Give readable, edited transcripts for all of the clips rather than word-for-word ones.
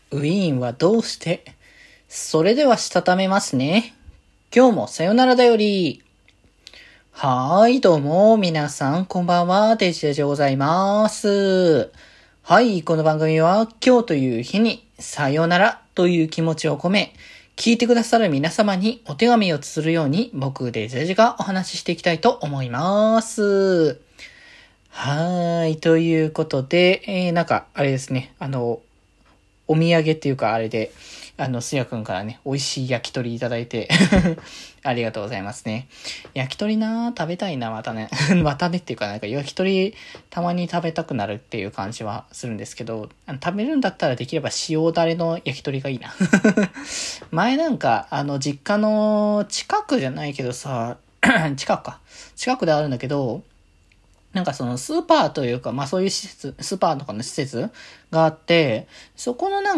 ウィーンはどうして？それではしたためますね。今日もさよならだより。どうも、皆さん、こんばんは、デジデジでございます。はい、この番組は、今日という日に、さよならという気持ちを込め、聞いてくださる皆様にお手紙を綴るように、僕、デジデジがお話ししていきたいと思います。ということで、あれですね、お土産っていうかあれで、すやくんからね、美味しい焼き鳥いただいて、ありがとうございますね。焼き鳥食べたいな、またね。またねっていうか、焼き鳥たまに食べたくなるっていう感じはするんですけど、食べるんだったらできれば塩だれの焼き鳥がいいな。前実家の近くじゃないけどさ、近くであるんだけど、そのスーパーというか、そういう施設、スーパーとかの施設があって、そこの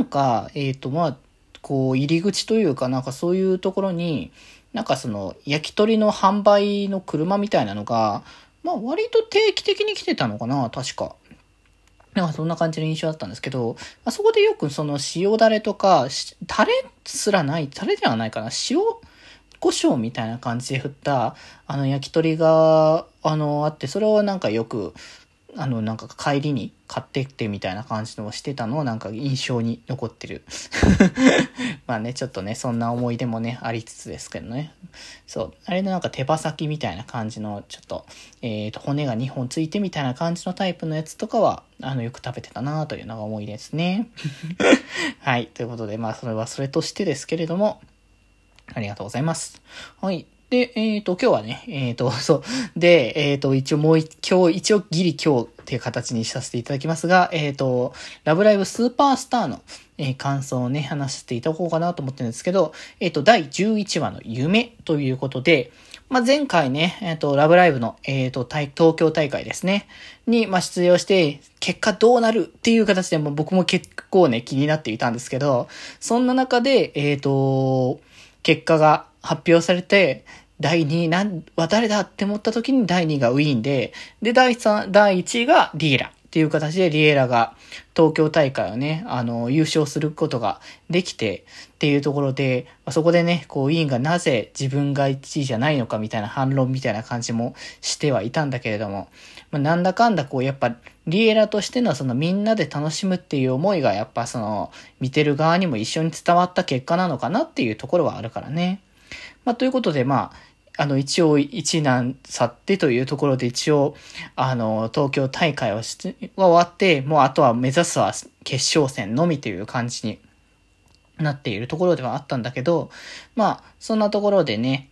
入り口というか、そういうところに、その、焼き鳥の販売の車みたいなのが、割と定期的に来てたのかな、確か。そんな感じの印象だったんですけど、そこでよくその塩だれとか、タレではないかな、塩胡椒みたいな感じで振った、焼き鳥が、あって、それをよく、帰りに買ってってみたいな感じのをしてたのを印象に残ってる。ちょっとね、そんな思い出もね、ありつつですけどね。そう。あれの手羽先みたいな感じの、ちょっと、骨が2本ついてみたいな感じのタイプのやつとかは、よく食べてたなというのが思い出ですね。はい。ということで、それはそれとしてですけれども、ありがとうございます。はい。で、今日はね、そう。で、一応ギリ今日っていう形にさせていただきますが、ラブライブスーパースターの、感想をね、話していただこうかなと思ってるんですけど、第11話の夢ということで、前回ね、ラブライブの、東京大会ですね、に、出場して、結果どうなるっていう形で、僕も結構ね、気になっていたんですけど、そんな中で、結果が発表されて、第2位は誰だって思った時に第2位がウィーンで、第1位がリエラっていう形でリエラが東京大会をね、優勝することができてっていうところで、そこでね、ウィーンがなぜ自分が1位じゃないのかみたいな反論みたいな感じもしてはいたんだけれども、なんだかんだやっぱリエラとしてのそのみんなで楽しむっていう思いがやっぱその見てる側にも一緒に伝わった結果なのかなっていうところはあるからね。ということで一応一難去ってというところで一応東京大会は終わって、もうあとは目指すは決勝戦のみという感じになっているところではあったんだけど、そんなところでね、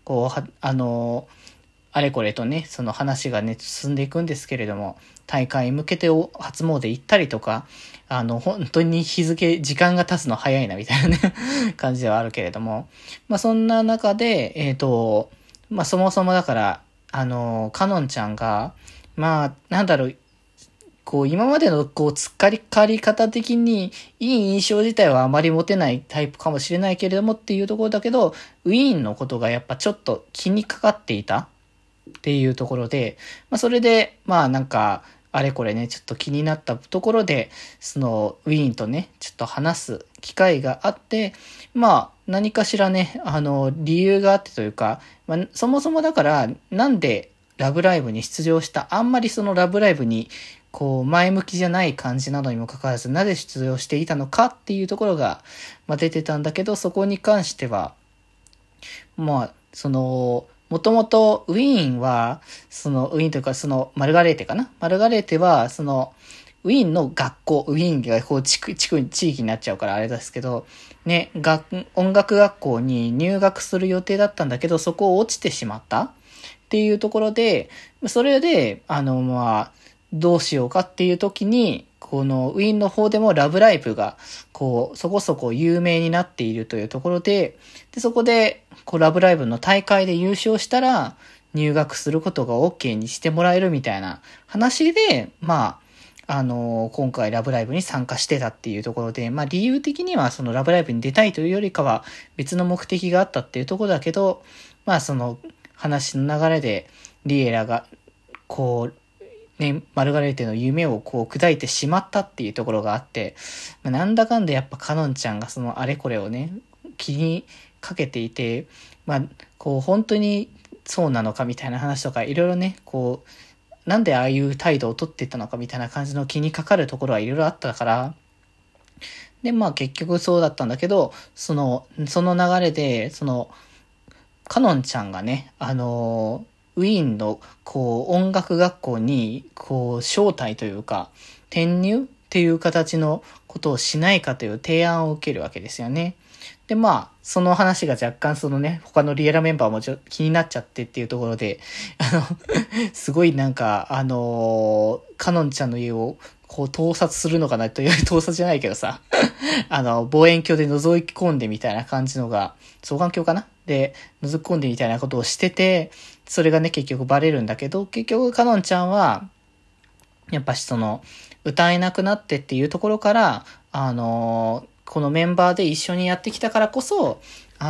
あれこれとね、その話がね、進んでいくんですけれども、大会に向けて初詣行ったりとか、本当に時間が経つの早いなみたいなね、感じではあるけれども、そんな中で、そもそもだから、かのんちゃんが、今までの突っかかり方的にいい印象自体はあまり持てないタイプかもしれないけれどもっていうところだけど、ウィーンのことがやっぱちょっと気にかかっていたっていうところで、それで、あれこれね、ちょっと気になったところで、その、ウィーンとね、ちょっと話す機会があって、何かしらね、理由があってというか、そもそもだから、なんでラブライブに出場した、あんまりそのラブライブに、前向きじゃない感じなのにもかかわらず、なぜ出場していたのかっていうところが、出てたんだけど、そこに関しては、もともとウィーンは、ウィーンというかマルガレーテかな、マルガレーテは、ウィーンの学校、ウィーンが地域になっちゃうからあれですけど、ね、音楽学校に入学する予定だったんだけど、そこを落ちてしまったっていうところで、それで、どうしようかっていう時に、このウィーンの方でもラブライブが、そこそこ有名になっているというところで、そこで、ラブライブの大会で優勝したら、入学することが OK にしてもらえるみたいな話で、今回ラブライブに参加してたっていうところで、理由的にはそのラブライブに出たいというよりかは別の目的があったっていうところだけど、その話の流れでリエラが、 ね、マルガレーテの夢をこう砕いてしまったっていうところがあって、なんだかんだやっぱカノンちゃんがそのあれこれをね、気にかけていて、こう本当にそうなのかみたいな話とか、いろいろね、こう、なんでああいう態度をとっていったのかみたいな感じの気にかかるところはいろいろあったから、で、結局そうだったんだけど、その流れで、カノンちゃんがね、ウィーンの、こう、音楽学校に、こう、招待というか、転入っていう形のことをしないかという提案を受けるわけですよね。で、その話が若干他のリエラメンバーも気になっちゃってっていうところで、すごいなんか、カノンちゃんの家を、こう、盗撮するのかなという、盗撮じゃないけどさ、望遠鏡で覗き込んでみたいな感じのが、双眼鏡かなで、覗き込んでみたいなことをしてて、それがね、結局バレるんだけど、結局カノンちゃんは、やっぱし歌えなくなってっていうところから、このメンバーで一緒にやってきたからこそ、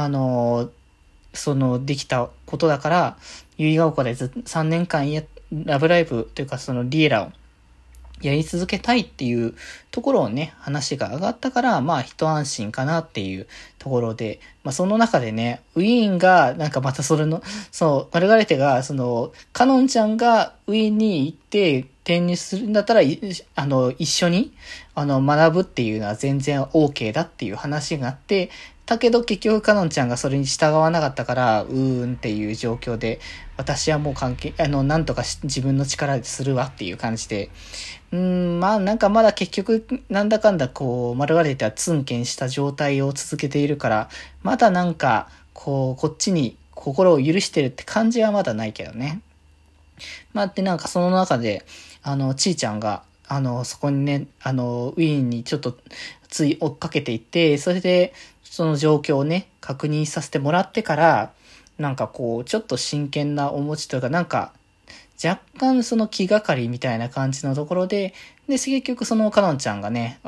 できたことだから、結ヶ丘で3年間ラブライブというかリエラをやり続けたいっていうところをね、話が上がったから、一安心かなっていうところで、その中でね、ウィーンが、なんかまたマルガレテが、カノンちゃんがウィーンに行って転入するんだったら、一緒に、学ぶっていうのは全然 OK だっていう話があって、だけど結局カノンちゃんがそれに従わなかったから、っていう状況で、私はもうなんとか自分の力でするわっていう感じで、なんかまだ結局、なんだかんだこう、マルガレーテはツンケンした状態を続けているから、まだなんか、こっちに心を許してるって感じはまだないけどね。で、なんかその中で、ちーちゃんが、そこにね、ウィーンにちょっとつい追っかけていって、それで、その状況をね、確認させてもらってから、なんかこう、ちょっと真剣なお持ちというか、なんか、若干気がかりみたいな感じのところで、結局カノンちゃんがね、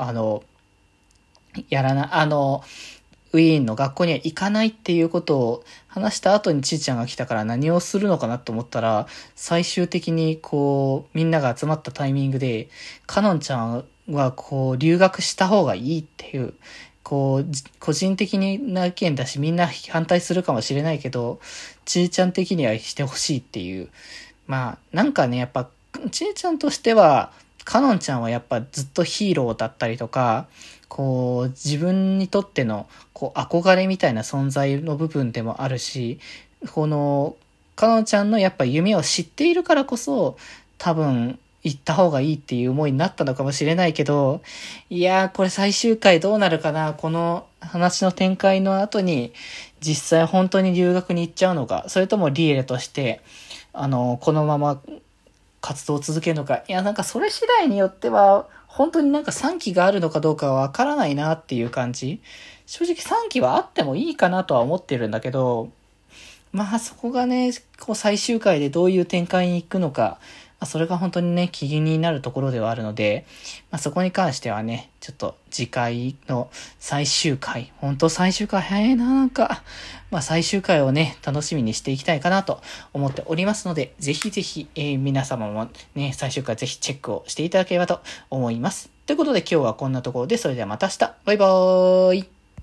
ウィーンの学校には行かないっていうことを話した後にちーちゃんが来たから何をするのかなと思ったら、最終的にこう、みんなが集まったタイミングで、カノンちゃんはこう、留学した方がいいっていう、こう、個人的な意見だし、みんな反対するかもしれないけど、ちーちゃん的にはしてほしいっていう。なんかね、やっぱ、ちーちゃんとしては、カノンちゃんはやっぱずっとヒーローだったりとか、こう、自分にとっての、こう、憧れみたいな存在の部分でもあるし、カノンちゃんのやっぱ夢を知っているからこそ、多分、行った方がいいっていう思いになったのかもしれないけど、いやー、これ最終回どうなるかな、この話の展開の後に、実際本当に留学に行っちゃうのか、それともリエレとして、このまま活動を続けるのか。いや、なんかそれ次第によっては、本当になんか賛否があるのかどうかはわからないなっていう感じ。正直賛否はあってもいいかなとは思ってるんだけど、そこがね、こう最終回でどういう展開に行くのか、それが本当にね、気になるところではあるので、そこに関してはね、ちょっと次回の最終回、本当最終回早いな、なんか、最終回をね、楽しみにしていきたいかなと思っておりますので、ぜひぜひ、皆様もね、最終回ぜひチェックをしていただければと思います。ということで今日はこんなところで、それではまた明日、バイバーイ。